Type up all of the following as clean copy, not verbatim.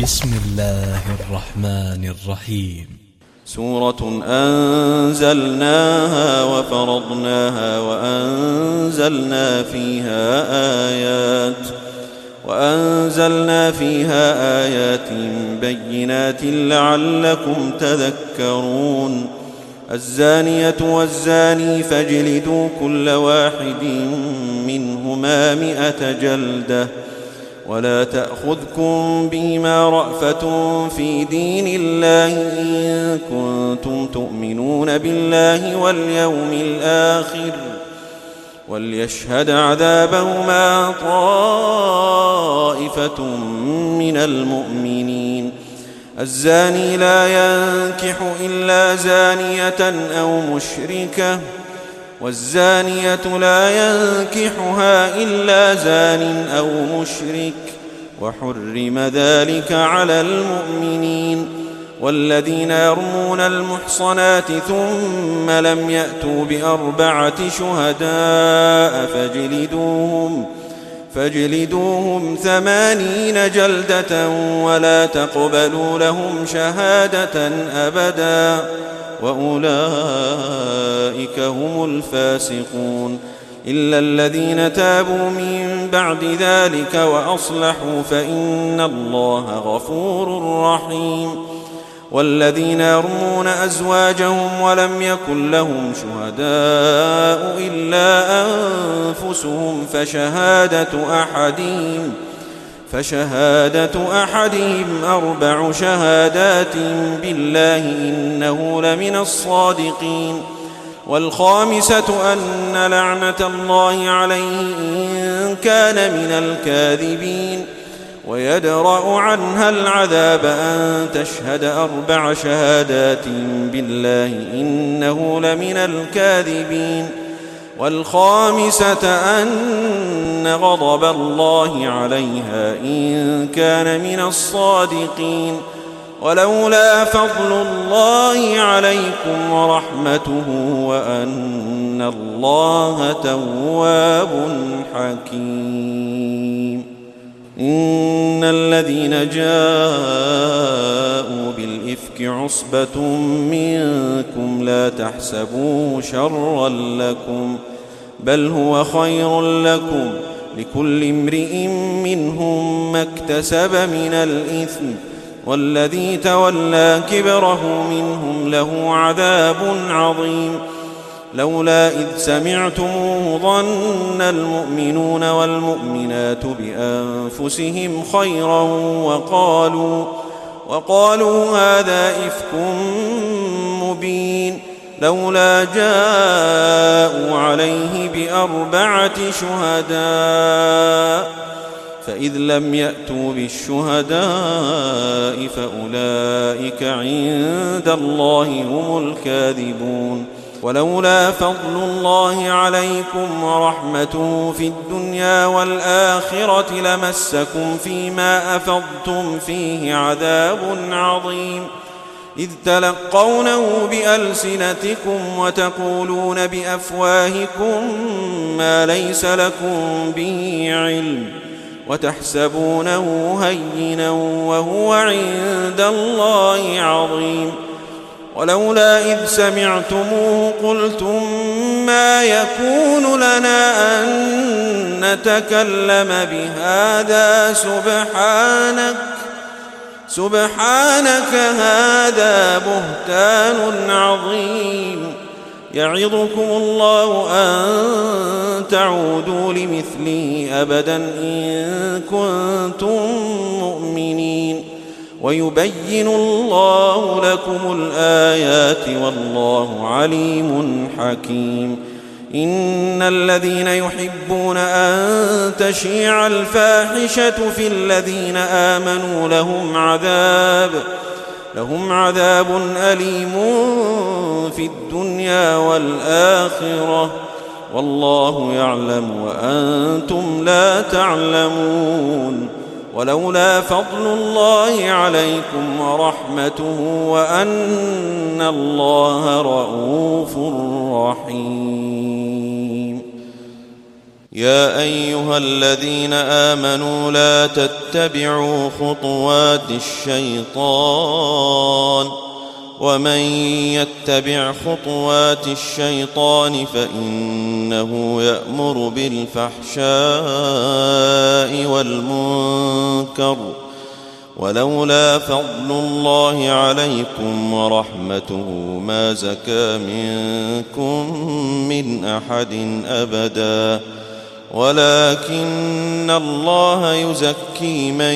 بسم الله الرحمن الرحيم. سورة أنزلناها وفرضناها وأنزلنا فيها آيات بينات لعلكم تذكرون. الزانية والزاني فاجلدوا كل واحد منهما 100 جلدة ولا تأخذكم بهما رأفة في دين الله إن كنتم تؤمنون بالله واليوم الآخر وليشهد عذابهما طائفة من المؤمنين. الزاني لا ينكح إلا زانية أو مشركة والزانية لا ينكحها إلا زان أو مشرك وحرم ذلك على المؤمنين. والذين يرمون المحصنات ثم لم يأتوا ب4 شهداء فاجلدوهم 80 جلدة ولا تقبلوا لهم شهادة أبدا وأولئك هم الفاسقون. إلا الذين تابوا من بعد ذلك وأصلحوا فإن الله غفور رحيم. والذين يرمون أزواجهم ولم يكن لهم شهداء إلا أنفسهم فشهادة أحدهم 4 شهادات بالله إنه لمن الصادقين. والخامسة أن لعنة الله عليه إن كان من الكاذبين. ويدرأ عنها العذاب أن تشهد 4 شهادات بالله إنه لمن الكاذبين. والخامسة أن غضب الله عليها إن كان من الصادقين. ولولا فضل الله عليكم ورحمته وأن الله تواب حكيم. إن الذين جاءوا بالإفك عصبة منكم لا تحسبوه شرا لكم بل هو خير لكم لكل امرئ منهم ما اكتسب من الإثم والذي تولى كبره منهم له عذاب عظيم. لولا إذ سمعتموه ظن المؤمنون والمؤمنات بأنفسهم خيرا وقالوا هذا إفك مبين. لولا جاءوا عليه ب4 شهداء فإذ لم يأتوا بالشهداء فأولئك عند الله هم الكاذبون. ولولا فضل الله عليكم ورحمته في الدنيا والآخرة لمسكم فيما أفضتم فيه عذاب عظيم. إذ تلقونه بألسنتكم وتقولون بأفواهكم ما ليس لكم به علم وتحسبونه هينا وهو عند الله عظيم. ولولا إذ سمعتموه قلتم ما يكون لنا أن نتكلم بهذا سبحانك هذا بهتان عظيم. يعظكم الله أن تعودوا لمثله أبدا إن كنتم مؤمنين ويبين الله لكم الآيات والله عليم حكيم. إن الذين يحبون أن تشيع الفاحشة في الذين آمنوا لهم عذاب أليم في الدنيا والآخرة والله يعلم وأنتم لا تعلمون. ولولا فضل الله عليكم ورحمته وأن الله رؤوف رحيم. يا أيها الذين آمنوا لا تتبعوا خطوات الشيطان ومن يتبع خطوات الشيطان فإنه يأمر بالفحشاء والمنكر ولولا فضل الله عليكم ورحمته ما زكى منكم من أحد أبدا ولكن الله يزكي من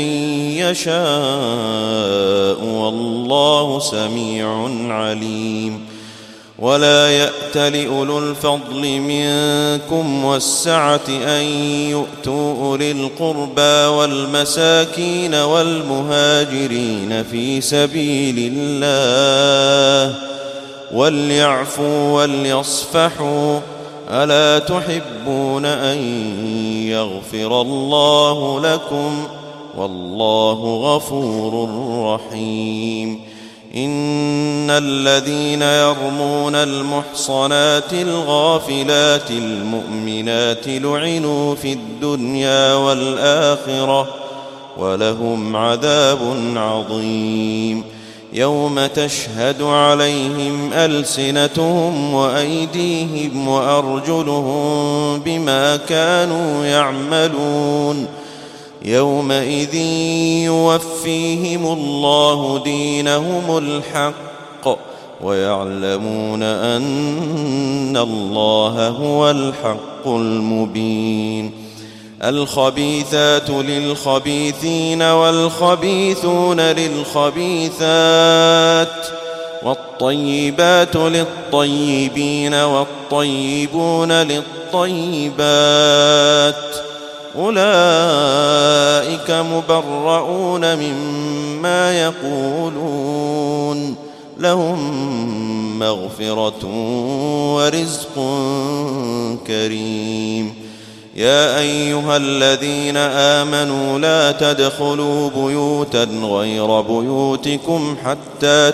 يشاء والله سميع عليم ولا يأت لأولو الفضل منكم والسعة أن يؤتوا أولي القربى والمساكين والمهاجرين في سبيل الله وليعفوا وليصفحوا ألا تحبون أن يغفر الله لكم والله غفور رحيم إن الذين يرمون المحصنات الغافلات المؤمنات لعنوا في الدنيا والآخرة ولهم عذاب عظيم يوم تشهد عليهم ألسنتهم وأيديهم وأرجلهم بما كانوا يعملون يومئذ يوفيهم الله دينهم الحق ويعلمون أن الله هو الحق المبين الخبيثات للخبيثين والخبيثون للخبيثات والطيبات للطيبين والطيبون للطيبات أولئك مبرؤون مما يقولون لهم مغفرة ورزق كريم يا أيها الذين آمنوا لا تدخلوا بيوتا غير بيوتكم حتى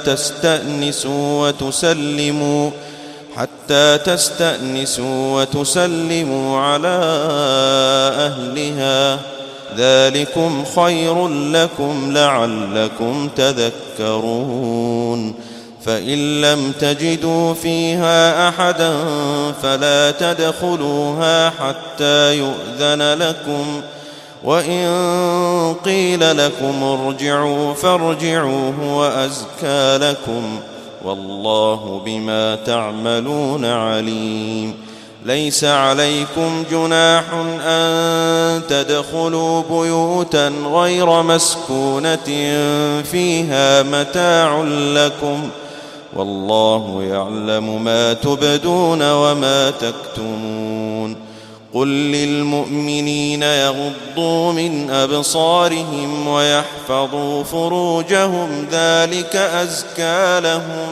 تستأنسوا وتسلموا على أهلها ذلكم خير لكم لعلكم تذكرون فإن لم تجدوا فيها أحدا فلا تدخلوها حتى يؤذن لكم وإن قيل لكم ارجعوا فارجعوا هو أزكى لكم والله بما تعملون عليم ليس عليكم جناح أن تدخلوا بيوتا غير مسكونة فيها متاع لكم والله يعلم ما تبدون وما تكتمون قل للمؤمنين يغضوا من أبصارهم ويحفظوا فروجهم ذلك أزكى لهم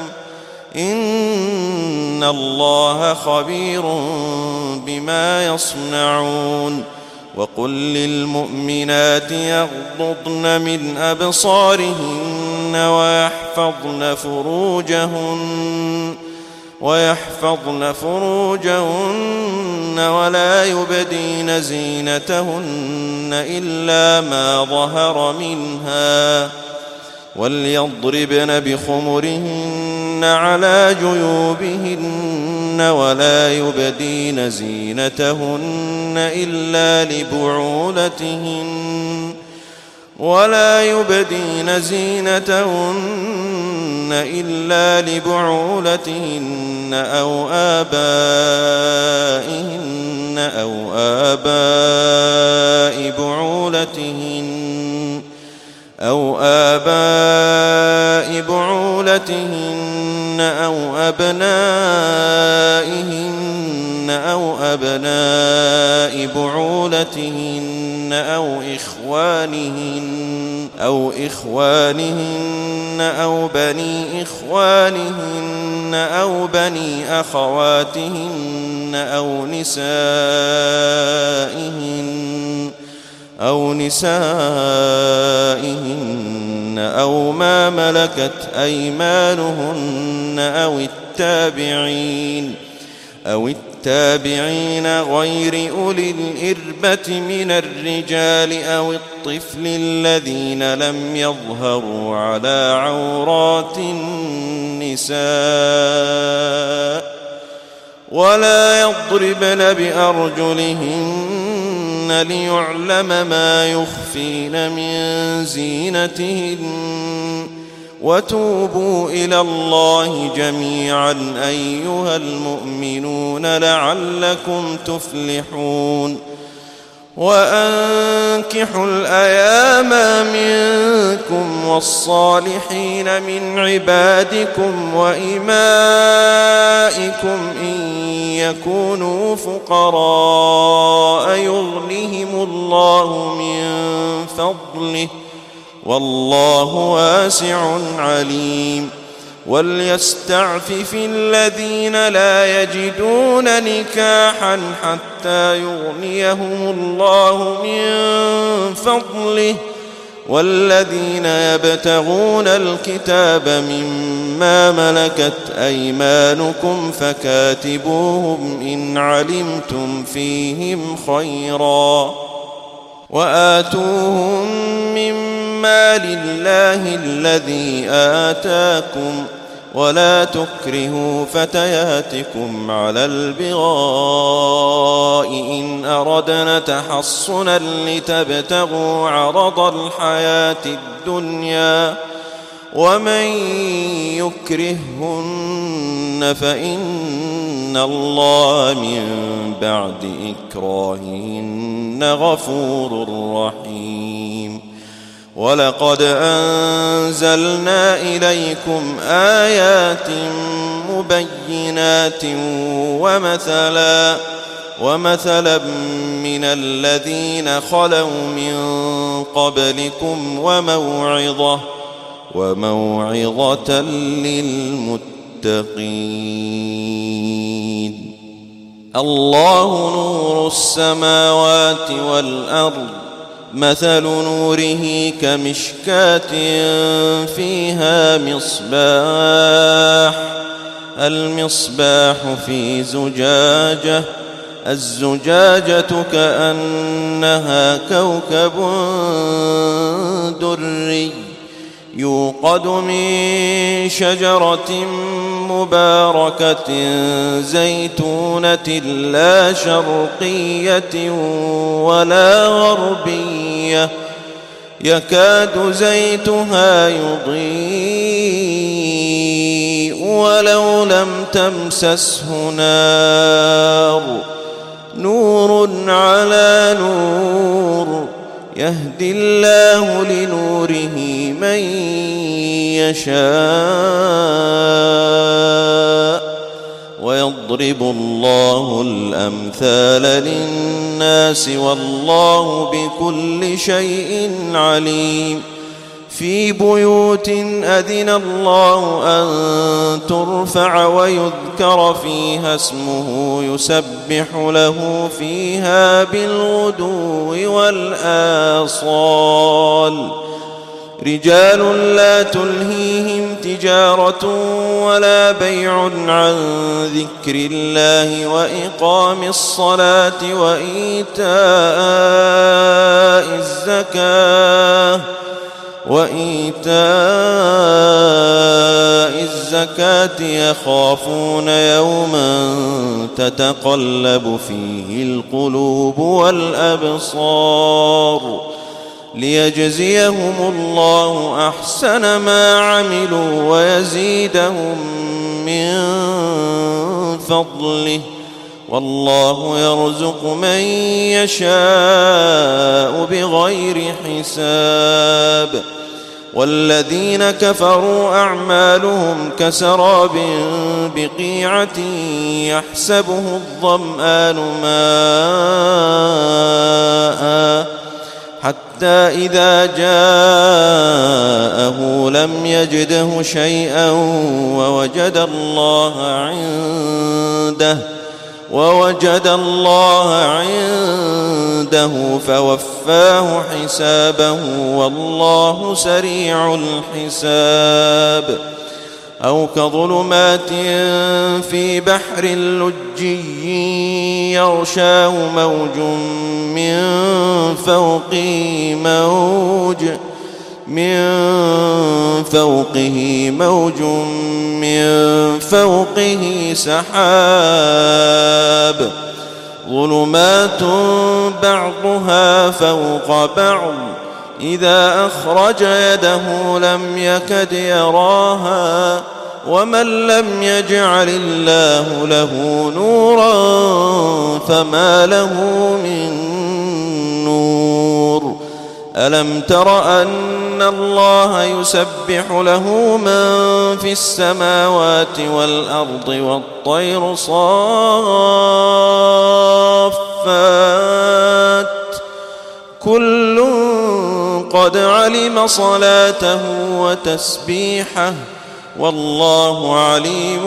إن الله خبير بما يصنعون وقل للمؤمنات يغضضن من أبصارهن ويحفظن فروجهن ولا يبدين زينتهن إلا ما ظهر منها وليضربن بخمرهن على جيوبهن ولا يبدين زينتهن إلا لبعولتهن أو آباء بعولتهن أو أبنائهن أو أبناء بعولتهن أو إخوانهن أو بني إخوانهن أو بني أخواتهن أو نسائهن أو ما ملكت أيمانهن أو والتابعين غير أولي الإربة من الرجال أو الطفل الذين لم يظهروا على عورات النساء ولا يضربن بأرجلهن ليعلم ما يخفين من زينتهن وتوبوا إلى الله جميعا أيها المؤمنون لعلكم تفلحون وأنكحوا الأيام منكم والصالحين من عبادكم وإمائكم إن يكونوا فقراء يغنهم الله من فضله والله واسع عليم وليستعفف الذين لا يجدون نكاحا حتى يغنيهم الله من فضله والذين يبتغون الكتاب مما ملكت أيمانكم فكاتبوهم إن علمتم فيهم خيرا وآتوهم مما لله الذي آتاكم ولا تكرهوا فتياتكم على البغاء إن أردنا تحصنا لتبتغوا عرض الحياة الدنيا ومن يكرههن فإن الله من بعد إكراههن غفور رحيم ولقد أنزلنا إليكم آيات مبينات ومثلا من الذين خلوا من قبلكم وموعظة للمتقين الله نور السماوات والأرض مثل نوره كمشكاة فيها المصباح في زجاجة الزجاجة كأنها كوكب دري يوقد من شجرة مباركة زيتونة لا شرقية ولا غربية يكاد زيتها يضيء ولو لم تمسسه نور على نور يهدي الله لنوره من يشاء ويضرب الله الأمثال للناس والله بكل شيء عليم في بيوت أذن الله أن ترفع ويذكر فيها اسمه يسبح له فيها بالغدو والآصال رجال لا تلهيهم تجارة ولا بيع عن ذكر الله وإقام الصلاة وإيتاء الزكاة يخافون يوما تتقلب فيه القلوب والأبصار ليجزيهم الله أحسن ما عملوا ويزيدهم من فضله والله يرزق من يشاء بغير حساب والذين كفروا أعمالهم كسراب بقيعة يحسبه الظمآن ماء حتى إذا جاءه لم يجده شيئا ووجد الله عنده فوفاه حسابه والله سريع الحساب أو كظلمات في بحر لجي يغشاه موج من فوقه سحاب ظلمات بعضها فوق بعض إذا أخرج يده لم يكد يراها ومن لم يجعل الله له نورا فما له من نور ألم تر أن الله يسبح له من في السماوات والأرض والطير صافات كل قد علم صلاته وتسبيحه والله عليم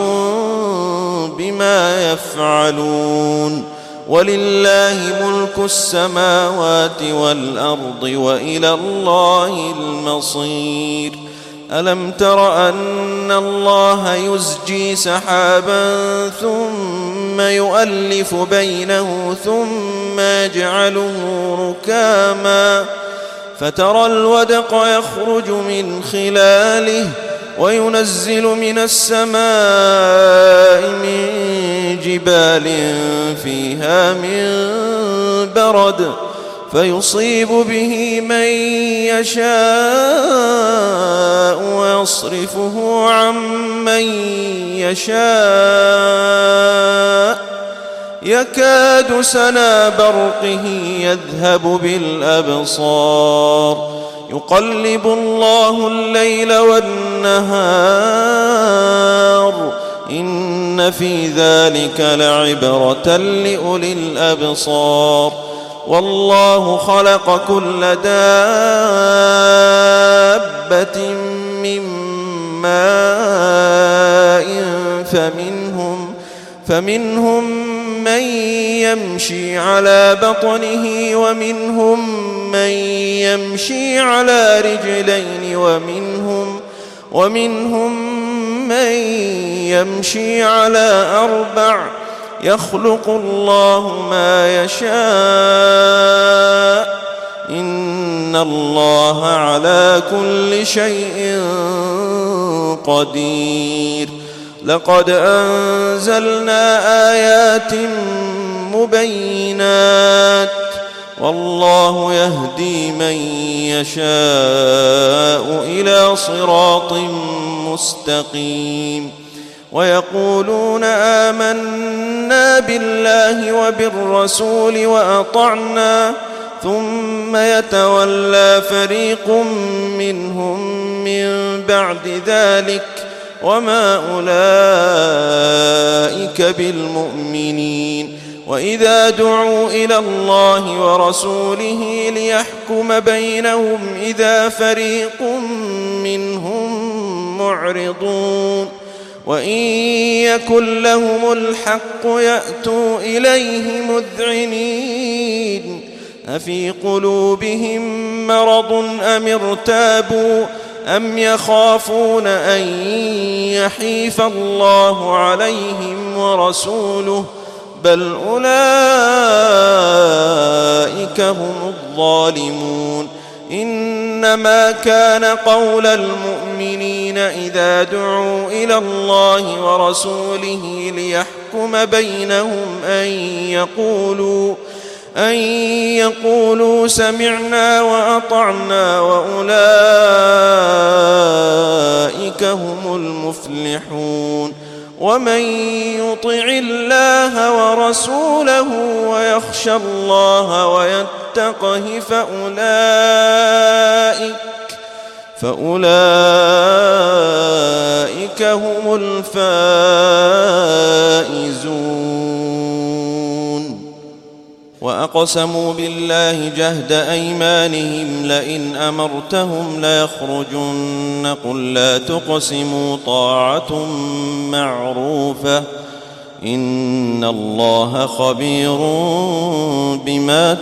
بما يفعلون ولله ملك السماوات والأرض وإلى الله المصير ألم تر أن الله يزجي سحابا ثم يؤلف بينه ثم يجعله ركاما فترى الودق يخرج من خلاله وينزل من السماء من جبال فيها من برد فيصيب به من يشاء ويصرفه عن من يشاء يكاد سنا برقه يذهب بالأبصار يقلب الله الليل والنهار إن في ذلك لعبرة لأولي الأبصار والله خلق كل دابة من ماء فمنهم من يمشي على بطنه ومنهم من يمشي على رجلين ومنهم من يمشي على أربع يخلق الله ما يشاء إن الله على كل شيء قدير لقد أنزلنا آيات مبينات والله يهدي من يشاء إلى صراط مستقيم ويقولون آمنا بالله وبالرسول وأطعنا ثم يتولى فريق منهم من بعد ذلك وما أولئك بالمؤمنين وإذا دعوا إلى الله ورسوله ليحكم بينهم إذا فريق منهم معرضون وإن يكن لهم الحق يأتوا إليه مذعنين أفي قلوبهم مرض أم ارتابوا أم يخافون أن يحيف الله عليهم ورسوله بل أولئك هم الظالمون إنما كان قول المؤمنين إذا دعوا إلى الله ورسوله ليحكم بينهم أن يقولوا سمعنا وأطعنا وأولئك هم المفلحون ومن يطع الله ورسوله ويخشى الله ويتقه فأولئك هم الفائزون وأقسموا بالله جهد أيمانهم لئن أمرتهم ليخرجن قل لا تقسموا طاعة معروفة إن الله خبير بما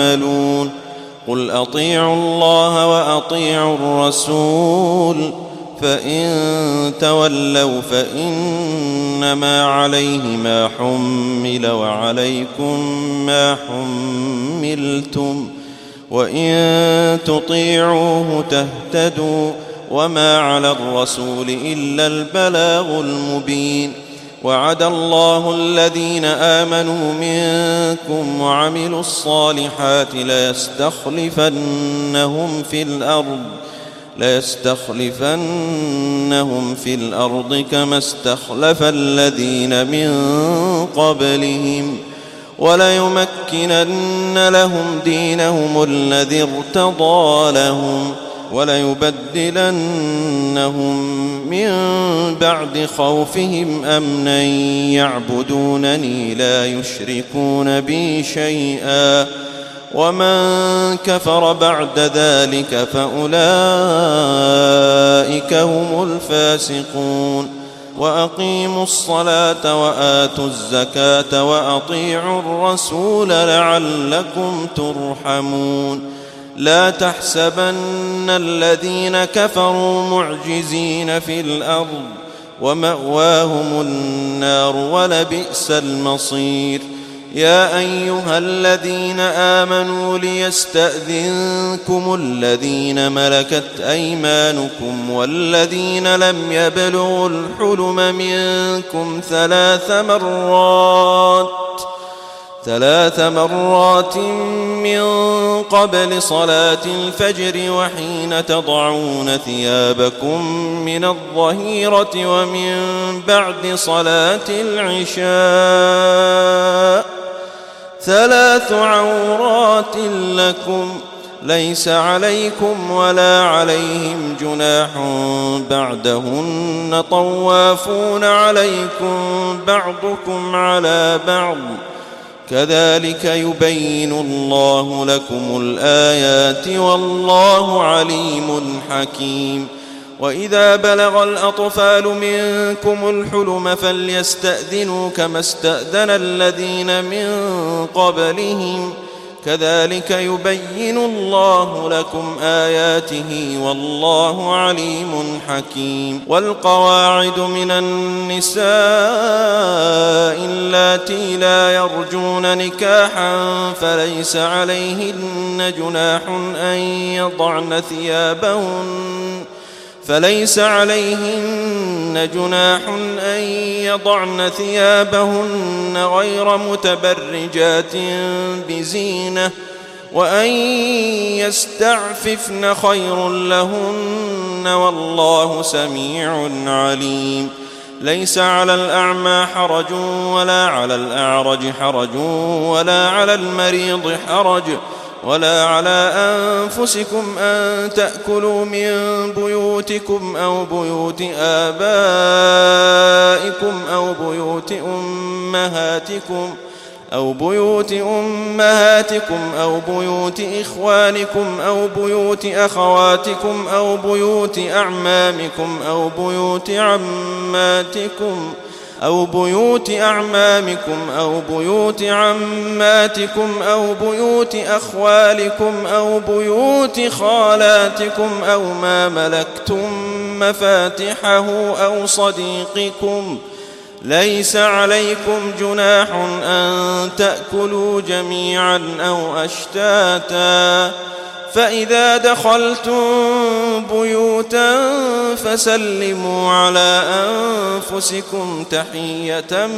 تعملون قل أطيعوا الله وأطيعوا الرسول فإن تولوا فإنما عليه ما حمل وعليكم ما حملتم وإن تطيعوه تهتدوا وما على الرسول إلا البلاغ المبين وعد الله الذين آمنوا منكم وعملوا الصالحات ليستخلفنهم في الأرض كما استخلف الذين من قبلهم وليمكنن لهم دينهم الذي ارتضى لهم وليبدلنهم من بعد خوفهم أمنا يعبدونني لا يشركون بي شيئا ومن كفر بعد ذلك فأولئك هم الفاسقون وأقيموا الصلاة وآتوا الزكاة وأطيعوا الرسول لعلكم ترحمون لا تحسبن الذين كفروا معجزين في الأرض ومأواهم النار ولبئس المصير يا أيها الذين آمنوا ليستأذنكم الذين ملكت أيمانكم والذين لم يبلغوا الحلم منكم ثلاث مرات من قبل صلاة الفجر وحين تضعون ثيابكم من الظهيرة ومن بعد صلاة العشاء 3 عورات لكم ليس عليكم ولا عليهم جناح بعدهن طوافون عليكم بعضكم على بعض كذلك يبين الله لكم الآيات والله عليم حكيم وإذا بلغ الأطفال منكم الحلم فليستأذنوا كما استأذن الذين من قبلهم كذلك يبين الله لكم آياته والله عليم حكيم والقواعد من النساء اللاتي لا يرجون نكاحا فليس عليهن جناح أن يضعن ثيابهن غير متبرجات بزينة وأن يستعففن خير لهن والله سميع عليم ليس على الأعمى حرج ولا على الأعرج حرج ولا على المريض حرج ولا على أنفسكم أن تأكلوا من بيوتكم أو بيوت آبائكم أو بيوت أمهاتكم أو بيوت إخوانكم أو بيوت أخواتكم أو بيوت أعمامكم أو بيوت عماتكم أو بيوت عماتكم أو بيوت أخوالكم أو بيوت خالاتكم أو ما ملكتم مفاتحه أو صديقكم ليس عليكم جناح أن تأكلوا جميعا أو أشتاتا فإذا دخلتم بيوتا فسلموا على أنفسكم تحية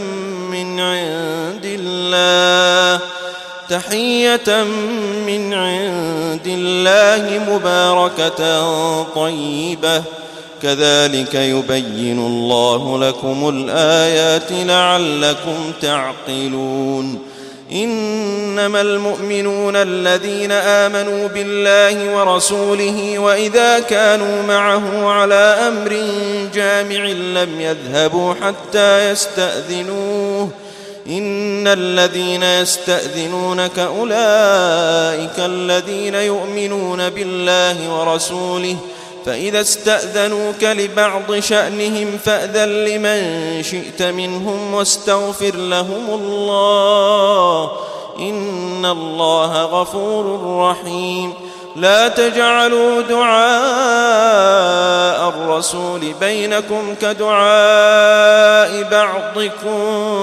من عند الله مباركة طيبة كذلك يبين الله لكم الآيات لعلكم تعقلون إنما المؤمنون الذين آمنوا بالله ورسوله وإذا كانوا معه على أمر جامع لم يذهبوا حتى يستأذنوه إن الذين يستأذنونك أولئك الذين يؤمنون بالله ورسوله فإذا استأذنوك لبعض شأنهم فأذن لمن شئت منهم واستغفر لهم الله إن الله غفور رحيم لا تجعلوا دعاء الرسول بينكم كدعاء بعضكم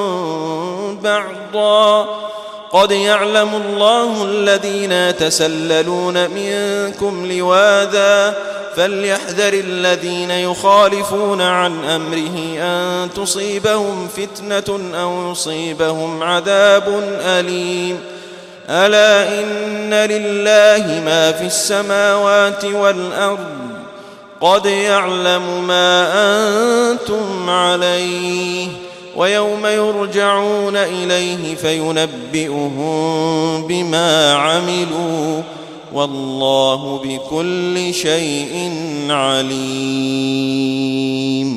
بعضا قد يعلم الله الذين يتسللون منكم لواذا فليحذر الذين يخالفون عن أمره أن تصيبهم فتنة أو يصيبهم عذاب أليم ألا إن لله ما في السماوات والأرض قد يعلم ما أنتم عليه ويوم يرجعون إليه فينبئهم بما عملوا والله بكل شيء عليم